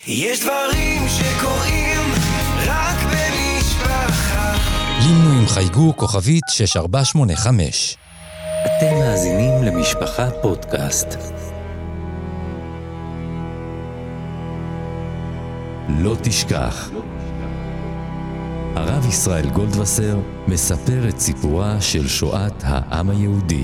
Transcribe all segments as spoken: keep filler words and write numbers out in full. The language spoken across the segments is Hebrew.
יש דברים שקורים רק במשפחה. לינו עם חייגו כוכבית שש ארבע שמונה חמש. אתם מאזינים למשפחה פודקאסט. לא תשכח. הרב ישראל גולדווסר מספר את סיפורה של שואת העם היהודי.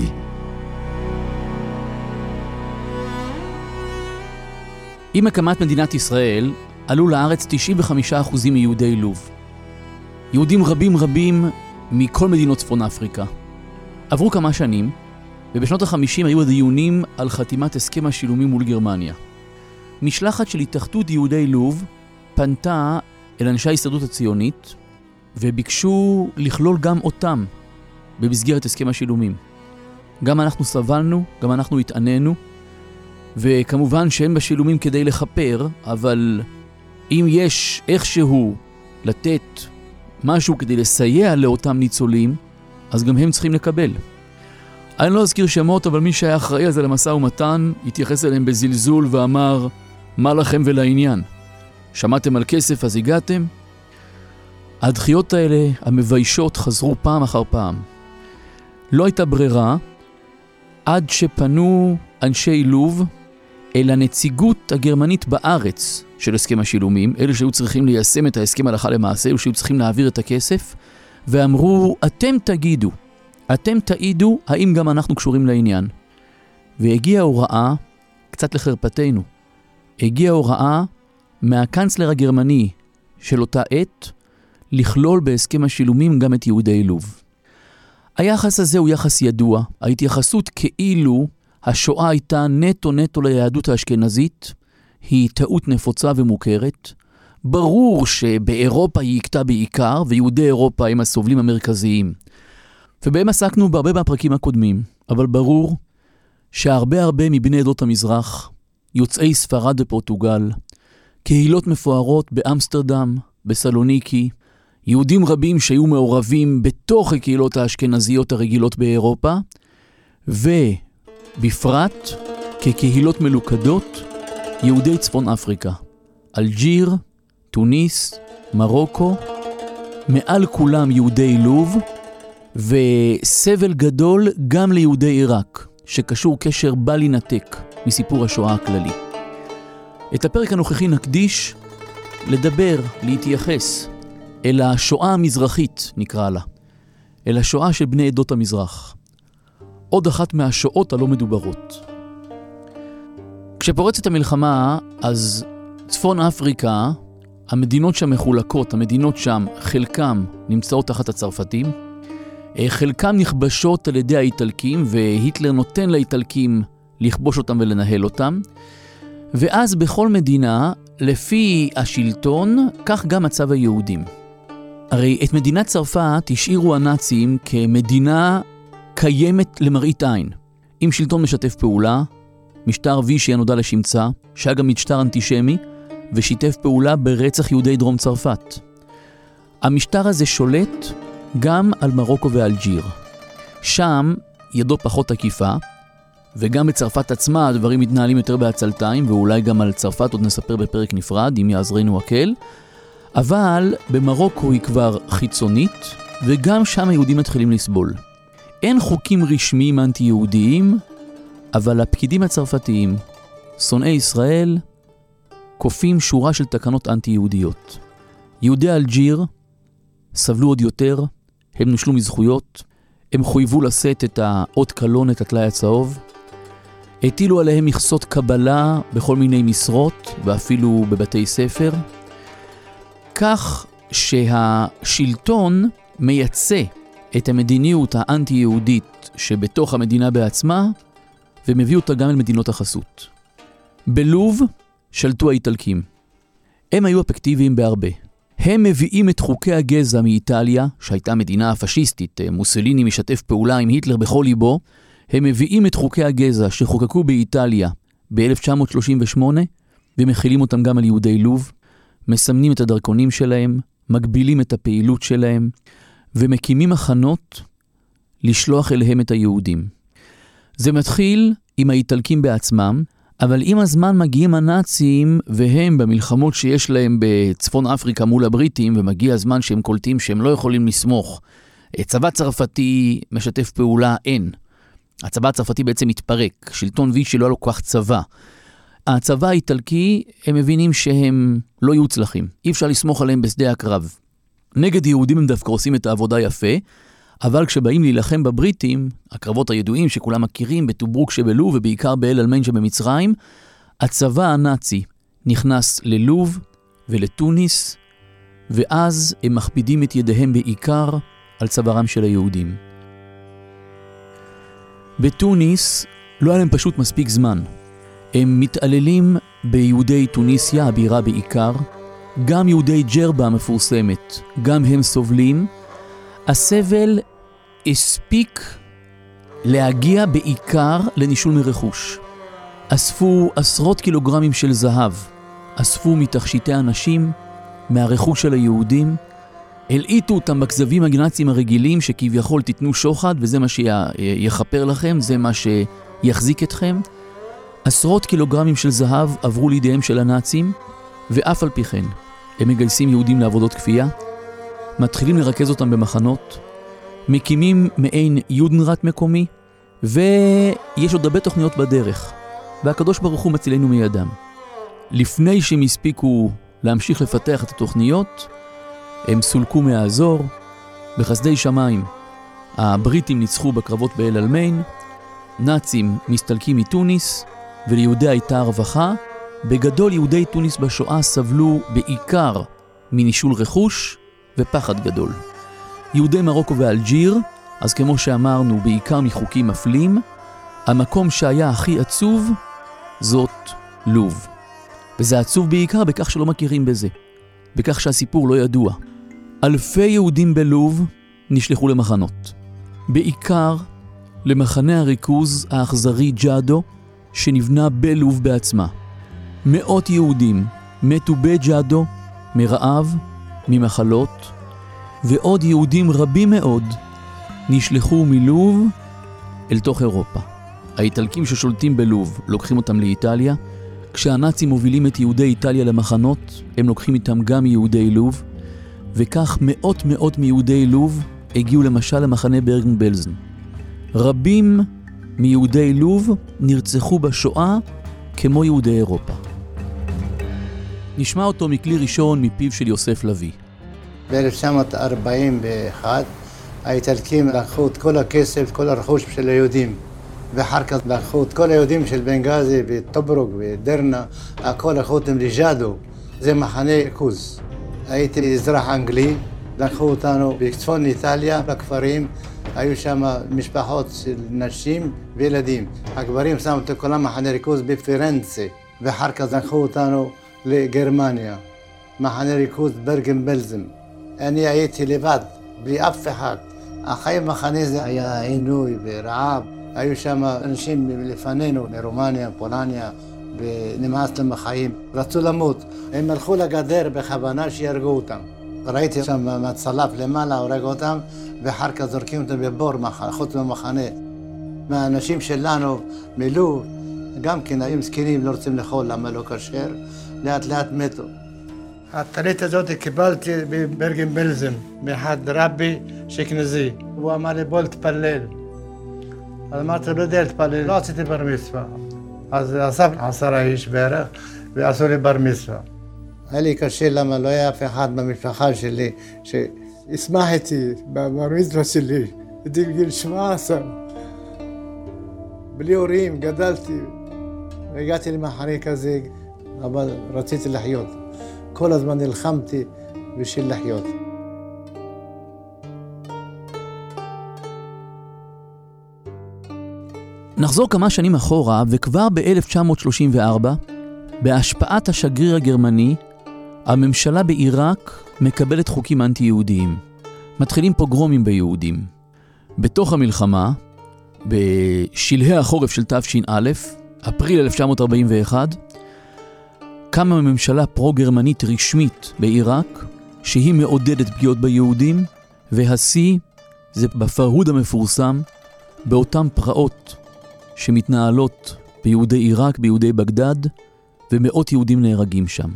עם הקמת מדינת ישראל עלו לארץ תשעים וחמישה אחוז מיהודי לוב. יהודים רבים רבים מכל מדינות צפון אפריקה. עברו כמה שנים, ובשנות ה-חמישים היו הדיונים על חתימת הסכם השילומים מול גרמניה. משלחת של התאחדות יהודי לוב פנתה אל אנשי ההסתדרות הציונית, וביקשו לכלול גם אותם במסגרת הסכם השילומים. גם אנחנו סבלנו, גם אנחנו התעננו, וכמובן שהם בשילומים כדי לחפר, אבל אם יש איכשהו לתת משהו כדי לסייע לאותם ניצולים, אז גם הם צריכים לקבל. אני לא אזכיר שמות, אבל מי שהיה אחראי על זה למשא ומתן, התייחס אליהם בזלזול ואמר, מה לכם ולעניין? שמעתם על כסף אז הגעתם? הדחיות האלה, המביישות, חזרו פעם אחר פעם. לא הייתה ברירה, עד שפנו אנשי לוב אל הנציגות הגרמנית בארץ של הסכם השילומים, אלה שהיו צריכים ליישם את ההסכם הלכה למעשה, אלה שהיו צריכים להעביר את הכסף, ואמרו, אתם תגידו, אתם תעידו, האם גם אנחנו קשורים לעניין. והגיעה הוראה, קצת לחרפתנו, הגיעה הוראה מהקנצלר הגרמני של אותה עת, לכלול בהסכם השילומים גם את יהודי לוב. היחס הזה הוא יחס ידוע, ההתייחסות כאילו השואה הייתה נטו נטו ליהדות האשכנזית, היא טעות נפוצה ומוכרת. ברור שבאירופה היא הכתה בעיקר, ויהודי אירופה הם הסובלים המרכזיים. ובהם עסקנו בהרבה מהפרקים הקודמים, אבל ברור שהרבה הרבה מבני עדות המזרח, יוצאי ספרד ופורטוגל, קהילות מפוארות באמסטרדם, בסלוניקי, יהודים רבים שהיו מעורבים בתוך הקהילות האשכנזיות הרגילות באירופה, ובפרט כקהילות מלוכדות, יהודי צפון אפריקה, אלג'יר, טוניס, מרוקו, מעל כולם יהודי לוב, וסבל גדול גם ליהודי עיראק, שקשור קשר בל ינתק מסיפור השואה הכללי. את הפרק הנוכחי נקדיש לדבר, להתייחס אל השואה המזרחית, נקרא לה, אל השואה של בני עדות המזרח. עוד אחת מהשואות הלא מדוברות. כשפורצת המלחמה, אז צפון אפריקה, המדינות שם מחולקות, המדינות שם, חלקם נמצאות תחת הצרפתים, חלקם נכבשות על ידי האיטלקים, והיטלר נותן לאיטלקים לכבוש אותם ולנהל אותם, ואז בכל מדינה, לפי השלטון, כך גם מצב היהודים. הרי את מדינת צרפת השאירו הנאצים כמדינה קיימת למראית עין, עם שלטון משתף פעולה, משטר וישי הנודע לשמצה, שהיה גם משטר אנטישמי, ושיתף פעולה ברצח יהודי דרום צרפת. המשטר הזה שולט גם על מרוקו ואלג'יר. שם ידו פחות תקיפה, וגם בצרפת עצמה הדברים מתנהלים יותר בעצלתיים, ואולי גם על צרפת עוד נספר בפרק נפרד, אם יעזרנו הקל. אבל במרוקו היא כבר חיצונית, וגם שם היהודים מתחילים לסבול. אין חוקים רשמיים אנטי-יהודיים, אבל הפקידים הצרפתיים, שונאי ישראל, כופים שורה של תקנות אנטי-יהודיות. יהודי אלג'יר סבלו עוד יותר, הם נושלו מזכויות, הם חויבו לשאת את האות קלון, את הטלאי הצהוב, הטילו עליהם מכסות קבלה בכל מיני משרות, ואפילו בבתי ספר, כך שהשלטון מייצא את המדיניות האנטי-יהודית שבתוך המדינה בעצמה, ומביא אותה גם אל מדינות החסות. בלוב שלטו האיטלקים. הם היו אפקטיביים בהרבה. הם מביאים את חוקי הגזע מאיטליה, שהייתה מדינה פשיסטית, מוסליני משתף פעולה עם היטלר בכל ליבו, הם מביאים את חוקי הגזע שחוקקו באיטליה ב-אלף תשע מאות שלושים ושמונה, ומכילים אותם גם על יהודי לוב, מסמנים את הדרכונים שלהם, מגבילים את הפעילות שלהם, ומקימים מחנות לשלוח אליהם את היהודים. זה מתחיל עם האיטלקים בעצמם, אבל עם הזמן מגיעים הנאצים, והם במלחמות שיש להם בצפון אפריקה מול הבריטים, ומגיע הזמן שהם קולטים שהם לא יכולים לסמוך. צבא צרפתי משתף פעולה אין. הצבא הצרפתי בעצם מתפרק, שלטון ויצ'י לא היה לו כל כך צבא. הצבא האיטלקי, הם מבינים שהם לא יוצלחים, אי אפשר לסמוך עליהם בשדה הקרב. נגד יהודים הם דווקא עושים את העבודה יפה, אבל כשבאים להילחם בבריטים, הקרבות הידועים שכולם מכירים בטוברוק שבלוב ובעיקר באל אלמיין שבמצרים, הצבא הנאצי נכנס ללוב ולטוניס, ואז הם מכבידים את ידיהם בעיקר על צווארם של היהודים. בתוניס לא היה להם פשוט מספיק זמן. הם מתעללים ביהודי טוניסיה, הבירה בעיקר, גם יהודי ג'רבה המפורסמת, גם הם סובלים. הסבל הספיק להגיע בעיקר לנישול מרכוש. אספו עשרות קילוגרמים של זהב, אספו מתכשיטי אנשים, מהרכוש של היהודים, הלעיטו אותם בכזבים הגנאציים הרגילים שכביכול תיתנו שוחד וזה מה שיחפר לכם, זה מה שיחזיק אתכם. עשרות קילוגרמים של זהב עברו לידיהם של הנאצים, ואף על פי כן הם מגייסים יהודים לעבודות כפייה, מתחילים לרכז אותם במחנות, מקימים מעין יודנרט מקומי, ויש עוד הרבה תוכניות בדרך, והקדוש ברוך הוא מצילנו מידם. לפני שהם הספיקו להמשיך לפתח את התוכניות, הם סולקו מהאזור, בחסדי שמיים. הבריטים ניצחו בקרבות באל אלמיין, נאצים מסתלקים מתוניס, וליהודי הייתה הרווחה. בגדול יהודי תוניס בשואה סבלו בעיקר מנישול רכוש ופחד גדול. יהודי מרוקו ואלג'יר, אז כמו שאמרנו, בעיקר מחוקים מפלים. המקום שהיה הכי עצוב זאת לוב. וזה עצוב בעיקר בכך שלא מכירים בזה, בכך שהסיפור לא ידוע. אלפי יהודים בלוב נשלחו למחנות. בעיקר למחנה הריכוז האכזרי ג'אדו, שנבנה בלוב בעצמה. מאות יהודים מתו בג'אדו מרעב, ממחלות, ועוד יהודים רבים מאוד נשלחו מלוב אל תוך אירופה. האיטלקים ששולטים בלוב לוקחים אותם לאיטליה, כשהנאצים מובילים את יהודי איטליה למחנות, הם לוקחים איתם גם יהודי לוב, וכך מאות מאות מיהודי לוב הגיעו למשל למחנה ברגן בלזן. רבים מיהודי לוב נרצחו בשואה כמו יהודי אירופה. נשמע אותו מכלי ראשון מפיו של יוסף לוי. ב-אלף תשע מאות ארבעים ואחת האיטלקים לקחו את כל הכסף, כל הרכוש של היהודים, ואחר כך לקחו את כל היהודים של בנגזי וטוברוק ודרנה, הכל לקחו אותם לג'אדו, זה מחנה ריכוז. הייתי אזרח אנגלי, לקחו אותנו בצפון איטליה, בכפרים, היו שם משפחות של נשים וילדים. הגברים שמו את כל המחנה ריכוז בפירנצה, ואחר כך לקחו אותנו לגרמניה, מחנה ריכוז ברגן בלזן. אני הייתי לבד, בלי אף אחד. החיים במחנה זה היה עינוי ורעב. היו שם אנשים לפנינו, מרומניה, פולניה, ונמאס להם החיים. רצו למות. הם הלכו לגדר בכוונה שירגו אותם. ראיתי שם מהצלף למעלה, הורג אותם, ואחר כך זורקים אותם בבור חוץ מהמחנה. מהאנשים שלנו מלוב, גם כן היו מסכנים, לא רוצים לאכול, למה לא כשר, לאט לאט מתו. הטלית הזאת קיבלתי בברגן בלזן, מאחד רבי שקנזי. הוא אמר לי בוא להתפלל. אז אמרתי, לא יודע להתפלל, לא עשיתי בר מצווה. אז אסף עשרה איש בערך, ועשו לי בר מצווה. היה לי קשה למה לא היה אף אחד במשפחה שלי שישמח איתי בבר מצווה שלי. הייתי בגיל שבע עשרה. בלי הורים גדלתי, והגעתי למחנה כזה, אבל רציתי לחיות. כל הזמן נלחמתי בשביל לחיות. נחזור כמה שנים אחורה, וכבר ב-אלף תשע מאות שלושים וארבע, בהשפעת השגריר הגרמני, הממשלה בעיראק מקבלת חוקים אנטי-יהודיים. מתחילים פוגרומים ביהודים. בתוך המלחמה, בשלהי החורף של תש"א, אפריל אלף תשע מאות ארבעים ואחת, קמה ממשלה פרו-גרמנית רשמית בעיראק, שהיא מעודדת פגיעות ביהודים, והשיא זה בפרהוד המפורסם, באותם פרעות שמתנהלות ביהודי עיראק, ביהודי בגדד, ומאות יהודים נהרגים שם.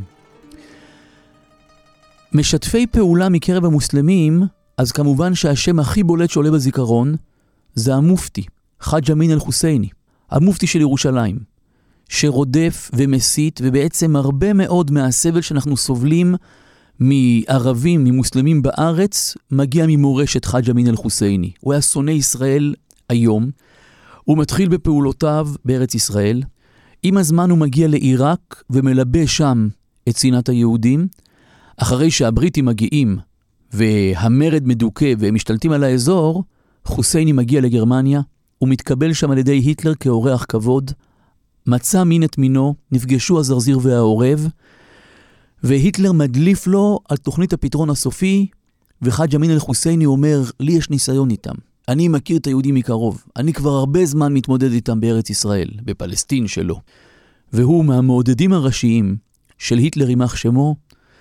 משתפי פעולה מקרב המוסלמים, אז כמובן שהשם הכי בולט שעולה בזיכרון, זה המופתי, חאג' אמין אל-חוסייני, המופתי של ירושלים, שרודף ומסית, ובעצם הרבה מאוד מהסבל שאנחנו סובלים מערבים, ממוסלמים בארץ, מגיע ממורשת חאג' אמין אל-חוסייני. הוא היה שונא ישראל היום, הוא מתחיל בפעולותיו בארץ ישראל, עם הזמן הוא מגיע לעיראק ומלבה שם את שנאת היהודים, אחרי שהבריטים מגיעים והמרד מדוכא והם משתלטים על האזור, חוסייני מגיע לגרמניה, הוא מתקבל שם על ידי היטלר כאורח כבוד, מצא מין את מינו, נפגשו הזרזיר והעורב, והיטלר מדליף לו על תוכנית הפתרון הסופי, וחאג' אמין אל-חוסייני אומר, לי יש ניסיון איתם. אני מכיר את היהודים מקרוב. אני כבר הרבה זמן מתמודד איתם בארץ ישראל, בפלסטין שלו. והוא מהמעודדים הראשיים של היטלר יימח שמו,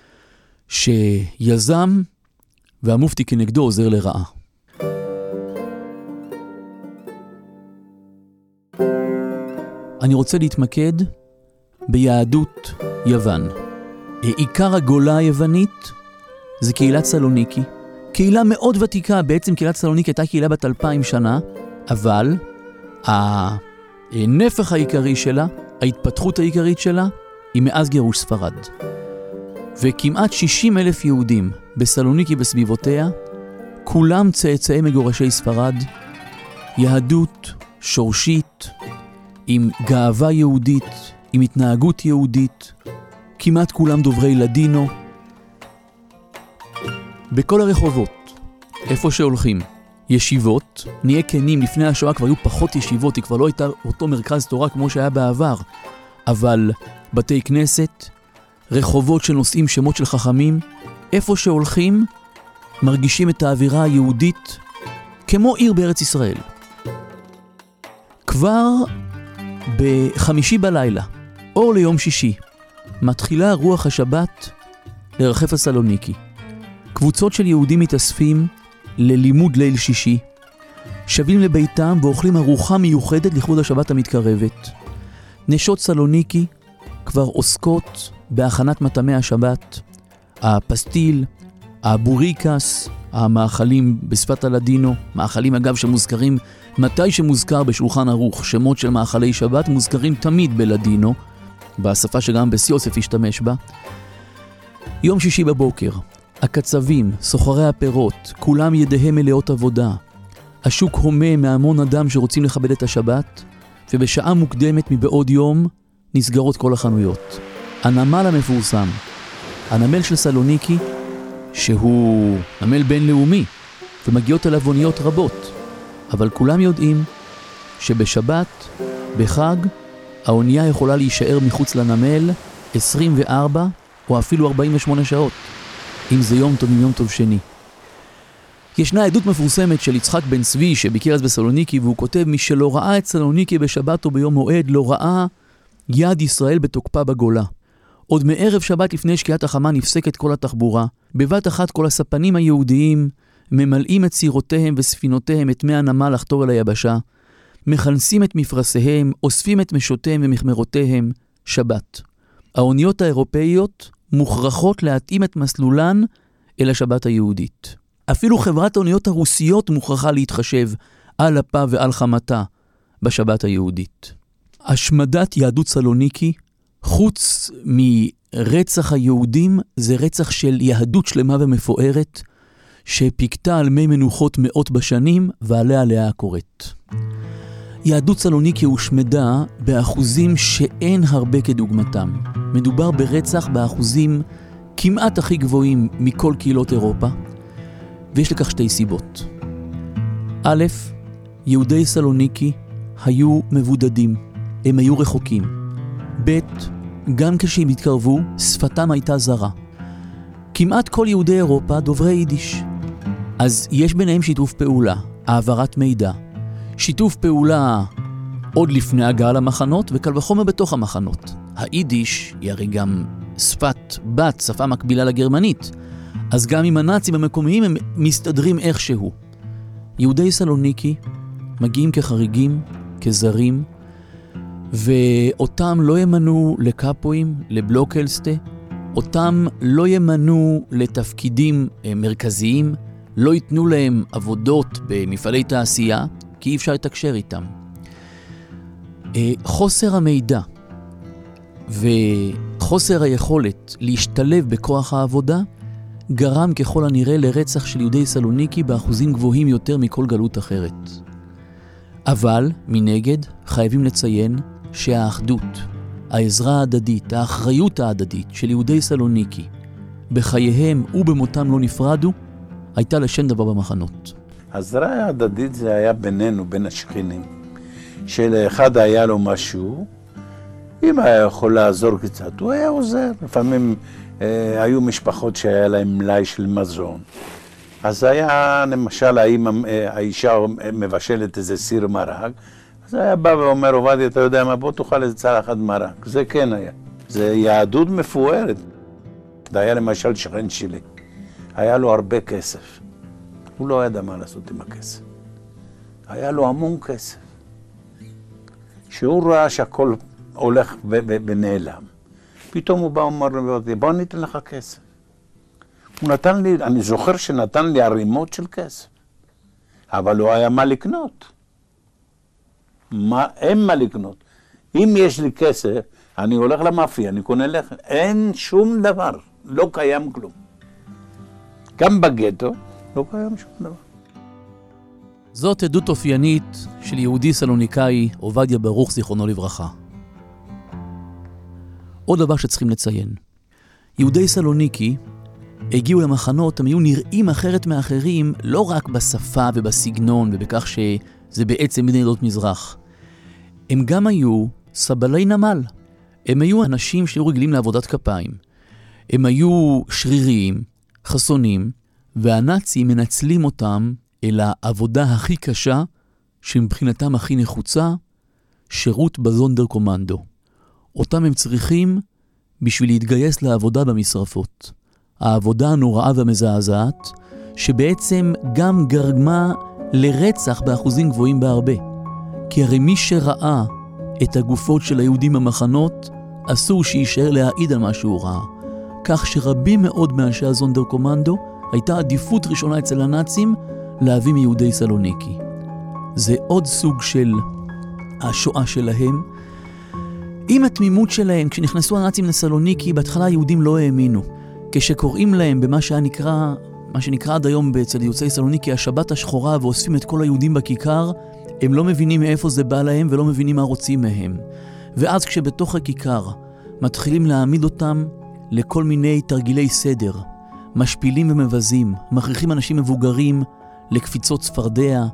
שיזם, והמופתי כנגדו עוזר לרעה. אני רוצה להתמקד ביהדות יוון. עיקר הגולה היוונית זה קהילת סלוניקי. קהילה מאוד ותיקה, בעצם קהילת סלוניקי הייתה קהילה בת אלפיים שנה, אבל הנפח העיקרי שלה, ההתפתחות העיקרית שלה, היא מאז גירוש ספרד. וכמעט שישים אלף יהודים בסלוניקי וסביבותיה, כולם צאצאי מגורשי ספרד, יהדות שורשית, עם גאווה יהודית, עם התנהגות יהודית, כמעט כולם דוברי לדינו. בכל הרחובות, איפה שהולכים, ישיבות, נהיה כנים, לפני השואה כבר היו פחות ישיבות, היא כבר לא הייתה אותו מרכז תורה כמו שהיה בעבר, אבל בתי כנסת, רחובות שנושאים שמות של חכמים, איפה שהולכים, מרגישים את האווירה היהודית כמו עיר בארץ ישראל. כבר בחמישי בלילה, אור ליום שישי, מתחילה רוח השבת לרחף הסלוניקי. קבוצות של יהודים מתאספים ללימוד ליל שישי, שבים לביתם ואוכלים ארוחה מיוחדת לכבוד השבת המתקרבת. נשות סלוניקי כבר עוסקות בהכנת מטעמי השבת, הפסטיל, הבוריקס, המאכלים בשפת הלדינו, מאכלים אגב שמוזכרים, מתי שמוזכר בשולחן ערוך שמות של מאכלי שבת, מוזכרים תמיד בלדינו, בשפה שגם בסיוסף השתמש בה. יום שישי בבוקר, הקצבים, סוחרי הפירות, כולם ידיהם מלאות עבודה. השוק הומה מהמון אדם שרוצים לכבד את השבת, ובשעה מוקדמת מבעוד יום נסגרות כל החנויות. הנמל המפורסם, הנמל של סלוניקי, שהוא נמל בינלאומי, ומגיעות אליו אוניות רבות, אבל כולם יודעים שבשבת, בחג, האונייה יכולה להישאר מחוץ לנמל עשרים וארבע או אפילו ארבעים ושמונה שעות, אם זה יום טוב עם יום טוב שני. ישנה עדות מפורסמת של יצחק בן צבי שביקר אז בסלוניקי, והוא כותב, מי שלא ראה את סלוניקי בשבת או ביום מועד, לא ראה יד ישראל בתוקפה בגולה. עוד מערב שבת לפני שקיעת החמה נפסקת כל התחבורה, בבת אחת כל הספנים היהודיים ממלאים את סירותיהם וספינותיהם את מי הנמל לחתור אל היבשה, מכנסים את מפרסיהם, אוספים את משותיהם ומחמרותיהם, שבת. האוניות האירופאיות מוכרחות להתאים את מסלולן אל השבת היהודית. אפילו חברת האוניות הרוסיות מוכרחה להתחשב על אפה ועל חמתה בשבת היהודית. השמדת יהדות סלוניקי, חוץ מרצח היהודים, זה רצח של יהדות שלמה ומפוארת, שפיקתה על מי מנוחות מאות בשנים, ועליה עליה הקוראת. יהדות סלוניקי הושמדה באחוזים שאין הרבה כדוגמתם. מדובר ברצח באחוזים כמעט הכי גבוהים מכל קהילות אירופה, ויש לכך שתי סיבות. א', יהודי סלוניקי היו מבודדים, הם היו רחוקים. ב', גם כשהם התקרבו, שפתם הייתה זרה. כמעט כל יהודי אירופה דוברי יידיש. אז יש ביניהם שיתוף פעולה, העברת מידע. שיתוף פעולה עוד לפני הגעה למחנות, וקל וחומר בתוך המחנות. היידיש היא הרי גם שפת בת, שפה מקבילה לגרמנית. אז גם עם הנאצים המקומיים הם מסתדרים איכשהו. יהודי סלוניקי מגיעים כחריגים, כזרים, ואותם לא ימנו לקאפואים, לבלוקלסטה, אותם לא ימנו לתפקידים מרכזיים, לא ייתנו להם עבודות במפעלי תעשייה, כי אי אפשר לתקשר איתם. חוסר המידע וחוסר היכולת להשתלב בכוח העבודה גרם ככל הנראה לרצח של יהודי סלוניקי באחוזים גבוהים יותר מכל גלות אחרת. אבל מנגד חייבים לציין שהאחדות, העזרה ההדדית, האחריות ההדדית של יהודי סלוניקי בחייהם ובמותם לא נפרדו, הייתה לשם דבר במחנות. העזרה ההדדית זה היה בינינו, בין השכנים. שלאחד היה לו משהו, אם היה יכול לעזור קצת, הוא היה עוזר. לפעמים אה, היו משפחות שהיה להם מלאי של מזון. אז היה, למשל, האמא, האישה מבשלת איזה סיר מרק, אז היה בא ואומר, עובדיה, אתה יודע מה, בוא תאכל איזה צלחת מרק. זה כן היה. זה יהדות מפוארת. זה היה למשל שכן שלי. היה לו הרבה כסף. הוא לא ידע מה לעשות עם הכסף. היה לו המון כסף. שהוא ראה שהכל הולך ונעלם. פתאום הוא בא ואומר לי, בוא ניתן לך כסף. הוא נתן לי, אני זוכר שנתן לי ערימות של כסף. אבל לא היה מה לקנות. מה, אין מה לקנות. אם יש לי כסף, אני הולך למאפיה, אני קונה לחם. אין שום דבר, לא קיים כלום. גם בגטו לא קיים שום דבר. זאת עדות אופיינית של יהודי סלוניקאי, עובדיה ברוך, זיכרונו לברכה. עוד דבר שצריכים לציין. יהודי סלוניקי הגיעו למחנות, הם היו נראים אחרת מאחרים, לא רק בשפה ובסגנון ובכך שזה בעצם בני עדות מזרח. הם גם היו סבלי נמל. הם היו אנשים שהיו רגילים לעבודת כפיים. הם היו שריריים, חסונים, והנאצים מנצלים אותם אל העבודה הכי קשה, שמבחינתם הכי נחוצה, שירות בזונדר קומנדו. אותם הם צריכים בשביל להתגייס לעבודה במשרפות. העבודה הנוראה והמזעזעת, שבעצם גם גרמה לרצח באחוזים גבוהים בהרבה. כי הרי מי שראה את הגופות של היהודים במחנות, אסור שישאר להעיד על מה שהוא ראה. כך שרבים מאוד מאנשי הזונדר קומנדו, הייתה עדיפות ראשונה אצל הנאצים להביא מיהודי סלוניקי. זה עוד סוג של השואה שלהם. עם התמימות שלהם, כשנכנסו הנאצים לסלוניקי, בהתחלה היהודים לא האמינו. כשקוראים להם במה שנקרא, מה שנקרא עד היום אצל יוצאי סלוניקי, השבת השחורה, ואוספים את כל היהודים בכיכר, הם לא מבינים מאיפה זה בא להם ולא מבינים מה רוצים מהם. ואז כשבתוך הכיכר מתחילים להעמיד אותם לכל מיני תרגילי סדר, משפילים ומבזים, מכריחים אנשים מבוגרים לקפיצות צפרדע,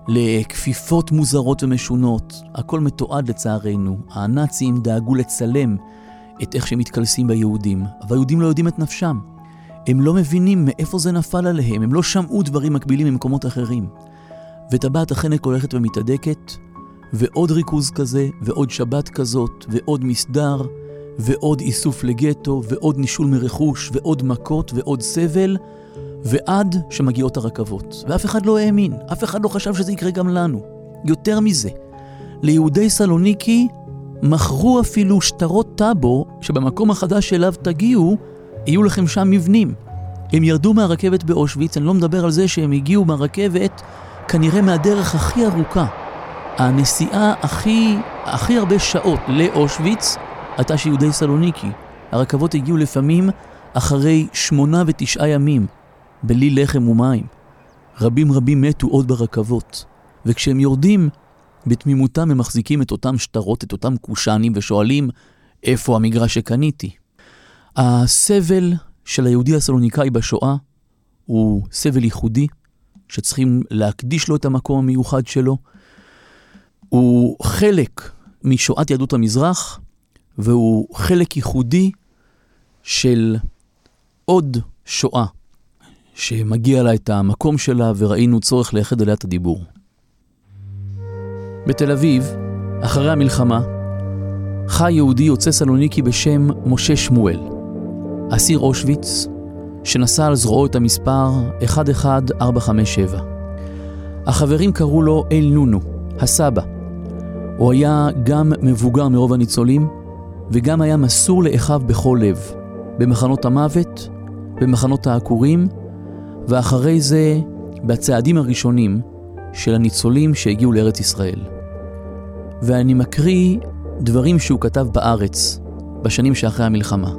לכפיפות מוזרות ומשונות. הכל מתועד לצערנו. הנאצים דאגו לצלם את איך שהם מתקלסים ביהודים, אבל היהודים לא יודעים את נפשם. הם לא מבינים מאיפה זה נפל עליהם, הם לא שמעו דברים מקבילים ממקומות אחרים. וטבעת החנק הולכת ומתעדקת, ועוד ריכוז כזה, ועוד שבת כזאת, ועוד מסדר, ועוד איסוף לגטו, ועוד נישול מרכוש, ועוד מכות, ועוד סבל, ועד שמגיעות הרכבות. ואף אחד לא האמין, אף אחד לא חשב שזה יקרה גם לנו. יותר מזה, ליהודי סלוניקי מכרו אפילו שטרות טאבו, שבמקום החדש שאליו תגיעו, יהיו לכם שם מבנים. הם ירדו מהרכבת באושוויץ, אני לא מדבר על זה שהם הגיעו מהרכבת, כנראה מהדרך הכי ארוכה. הנסיעה הכי, הכי הרבה שעות לאושוויץ, הייתה שיהודי סלוניקי. הרכבות הגיעו לפעמים אחרי שמונה ותשעה ימים, בלי לחם ומים. רבים רבים מתו עוד ברכבות. וכשהם יורדים, בתמימותם הם מחזיקים את אותם שטרות, את אותם קושנים, ושואלים, איפה המגרש שקניתי? הסבל של היהודי הסלוניקאי בשואה, הוא סבל ייחודי, שצריכים להקדיש לו את המקום המיוחד שלו. הוא חלק משואת יהדות המזרח, והוא חלק ייחודי של עוד שואה, שמגיע לה את המקום שלה, וראינו צורך לייחד עליה את הדיבור. בתל אביב, אחרי המלחמה, חי יהודי יוצא סלוניקי בשם משה שמואל, אסיר אושוויץ, שנסע על זרועו את המספר אחת אחת ארבע חמש שבע. החברים קראו לו אל נונו, הסבא. הוא היה גם מבוגר מרוב הניצולים, וגם היה מסור לאחיו בכל לב, במחנות המוות, במחנות העקורים, ואחרי זה בצעדים הראשונים של הניצולים שהגיעו לארץ ישראל. ואני מקריא דברים שהוא כתב בארץ בשנים שאחרי המלחמה.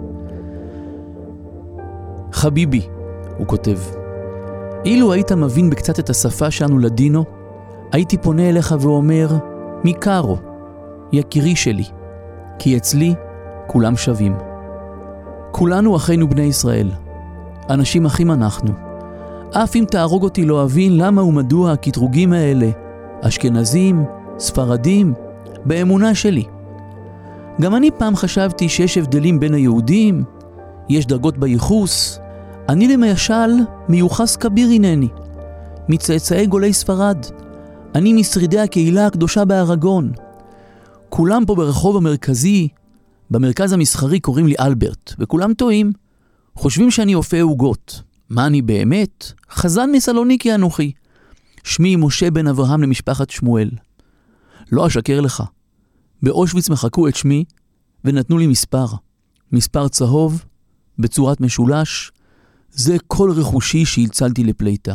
חביבי, הוא כותב, אילו היית מבין בקצת את השפה שלנו לדינו, הייתי פונה אליך ואומר, מיקרו, יקירי שלי, כי אצלי כולם שווים. כולנו אחינו בני ישראל, אנשים אחים אנחנו. אף אם תהרוג אותי לא אבין למה ומדוע הקטרוגים האלה, אשכנזים, ספרדים, באמונה שלי. גם אני פעם חשבתי שיש הבדלים בין היהודים, יש דרגות בייחוס. אני למשל מיוחס כביר הנני, מצאצאי גולי ספרד. אני משרידי הקהילה הקדושה בארגון. כולם פה ברחוב המרכזי, במרכז המסחרי קוראים לי אלברט, וכולם טועים. חושבים שאני אופה עוגות. מה אני באמת? חזן מסלוניקי אנוכי. שמי משה בן אברהם למשפחת שמואל. לא אשקר לך. באושוויץ מחקו את שמי ונתנו לי מספר. מספר צהוב, בצורת משולש. זה כל רכושי שהצלתי לפליטה.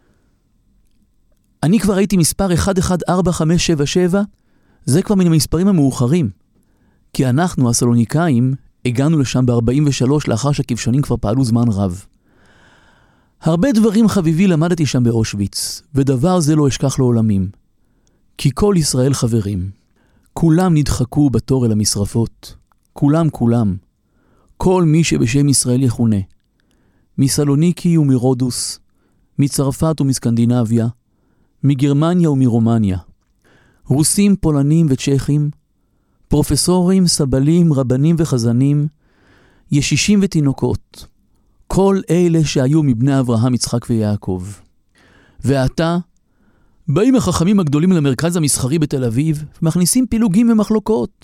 אני כבר הייתי מספר אחת אחת ארבע חמש שבע שבע, זה כבר מן המספרים המאוחרים. כי אנחנו, הסלוניקאים, הגענו לשם ב-ארבעים ושלוש לאחר שהכבשנים כבר פעלו זמן רב. הרבה דברים חביבי למדתי שם באושוויץ, ודבר זה לא אשכח לעולמים. כי כל ישראל חברים. כולם נדחקו בתור אל המשרפות. כולם כולם. כל מי שבשם ישראל יכונה. מסלוניקי ומרודוס, מצרפת ומסקנדינביה, מגרמניה ומרומניה. רוסים, פולנים וצ'כים, פרופסורים, סבלים, רבנים וחזנים, ישישים ותינוקות. כל אלה שהיו מבני אברהם, יצחק ויעקב. ועתה, באים החכמים הגדולים למרכז המסחרי בתל אביב, ומכניסים פילוגים ומחלוקות.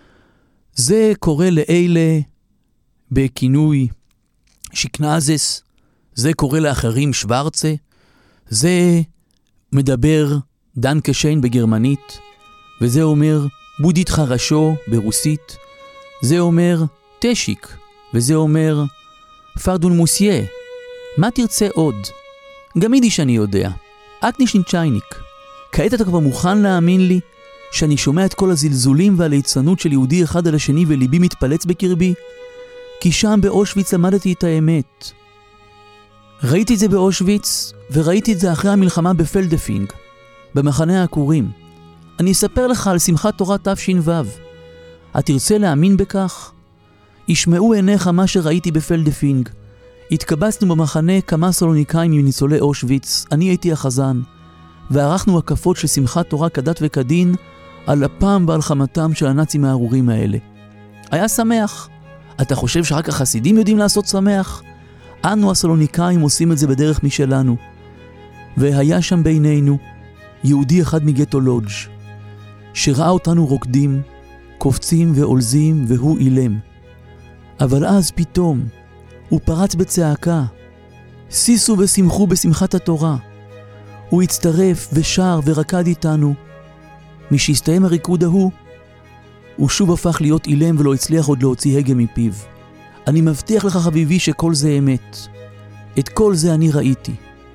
זה קורה לאלה בכינוי שיקנזס, זה קורה לאחרים שוורצה, זה מדבר דנקה שיין בגרמנית, וזה אומר בודית חרשו ברוסית, זה אומר תשיק, וזה אומר פרדון מוסיה. מה תרצה עוד? גם יידיש אני יודע. אקנישין צ'ייניק. כעת אתה כבר מוכן להאמין לי שאני שומע את כל הזלזולים והליצנות של יהודי אחד על השני וליבי מתפלץ בקרבי? כי שם באושוויץ למדתי את האמת. ראיתי את זה באושוויץ, וראיתי את זה אחרי המלחמה בפלדפינג, במחנה העקורים. אני אספר לך על שמחת תורה תש"ו. התרצה להאמין בכך? ישמעו עיניך מה שראיתי בפלדפינג. התקבצנו במחנה כמה סלוניקאים עם ניצולי אושוויץ, אני הייתי החזן, וערכנו הקפות של שמחת תורה כדת וכדין על אפם ועל חמתם של הנאצים הארורים האלה. היה שמח. אתה חושב שרק החסידים יודעים לעשות שמח? אנו הסלוניקאים עושים את זה בדרך משלנו. והיה שם בינינו יהודי אחד מגטו לודג' שראה אותנו רוקדים, קופצים ועולזים, והוא אילם. אבל אז פתאום הוא פרץ בצעקה, סיסו ושמחו בשמחת התורה. הוא הצטרף ושר ורקד איתנו. משהסתיים הריקוד ההוא, הוא שוב הפך להיות אילם ולא הצליח עוד להוציא הגה מפיו. אני מבטיח לך חביבי שכל זה אמת. את כל זה אני ראיתי.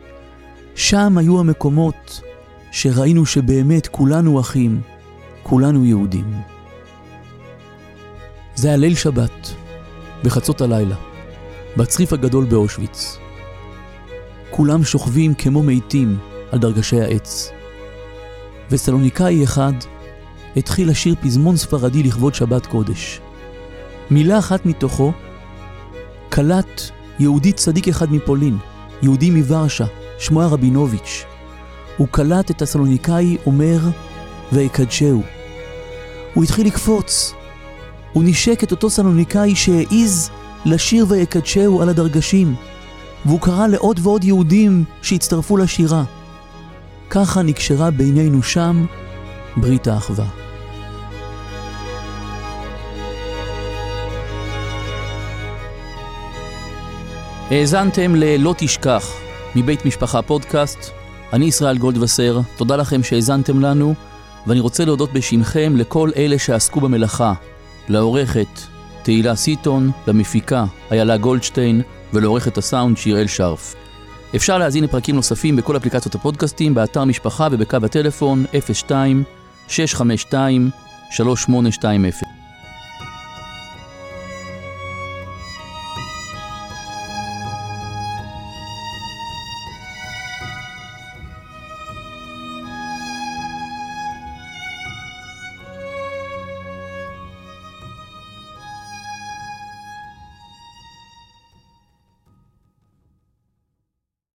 שם היו המקומות שראינו שבאמת כולנו אחים, כולנו יהודים. זה היה ליל שבת, בחצות הלילה, בצריף הגדול באושוויץ. כולם שוכבים כמו מתים על דרגשי העץ. וסלוניקאי אחד התחיל לשיר פזמון ספרדי לכבוד שבת קודש. מילה אחת מתוכו קלט יהודי צדיק אחד מפולין, יהודי מוורשה, שמו רבינוביץ'. הוא קלט את הסלוניקאי אומר ויקדשהו. הוא התחיל לקפוץ. הוא נשק את אותו סלוניקאי שהעיז לשיר ויקדשהו על הדרגשים, והוא קרא לעוד ועוד יהודים שהצטרפו לשירה. ככה נקשרה בינינו שם ברית האחווה. האזנתם ל"לא תשכח" מבית משפחה פודקאסט. אני ישראל גולדווסר, תודה לכם שהאזנתם לנו, ואני רוצה להודות בשמכם לכל אלה שעסקו במלאכה, לעורכת תהילה סיטון, למפיקה איילה גולדשטיין ולעורכת הסאונד שיראל שרף. אפשר להזין לפרקים נוספים בכל אפליקציות הפודקאסטים, באתר משפחה ובקו הטלפון אפס שתיים שש חמש שתיים שלוש שמונה שתיים אפס.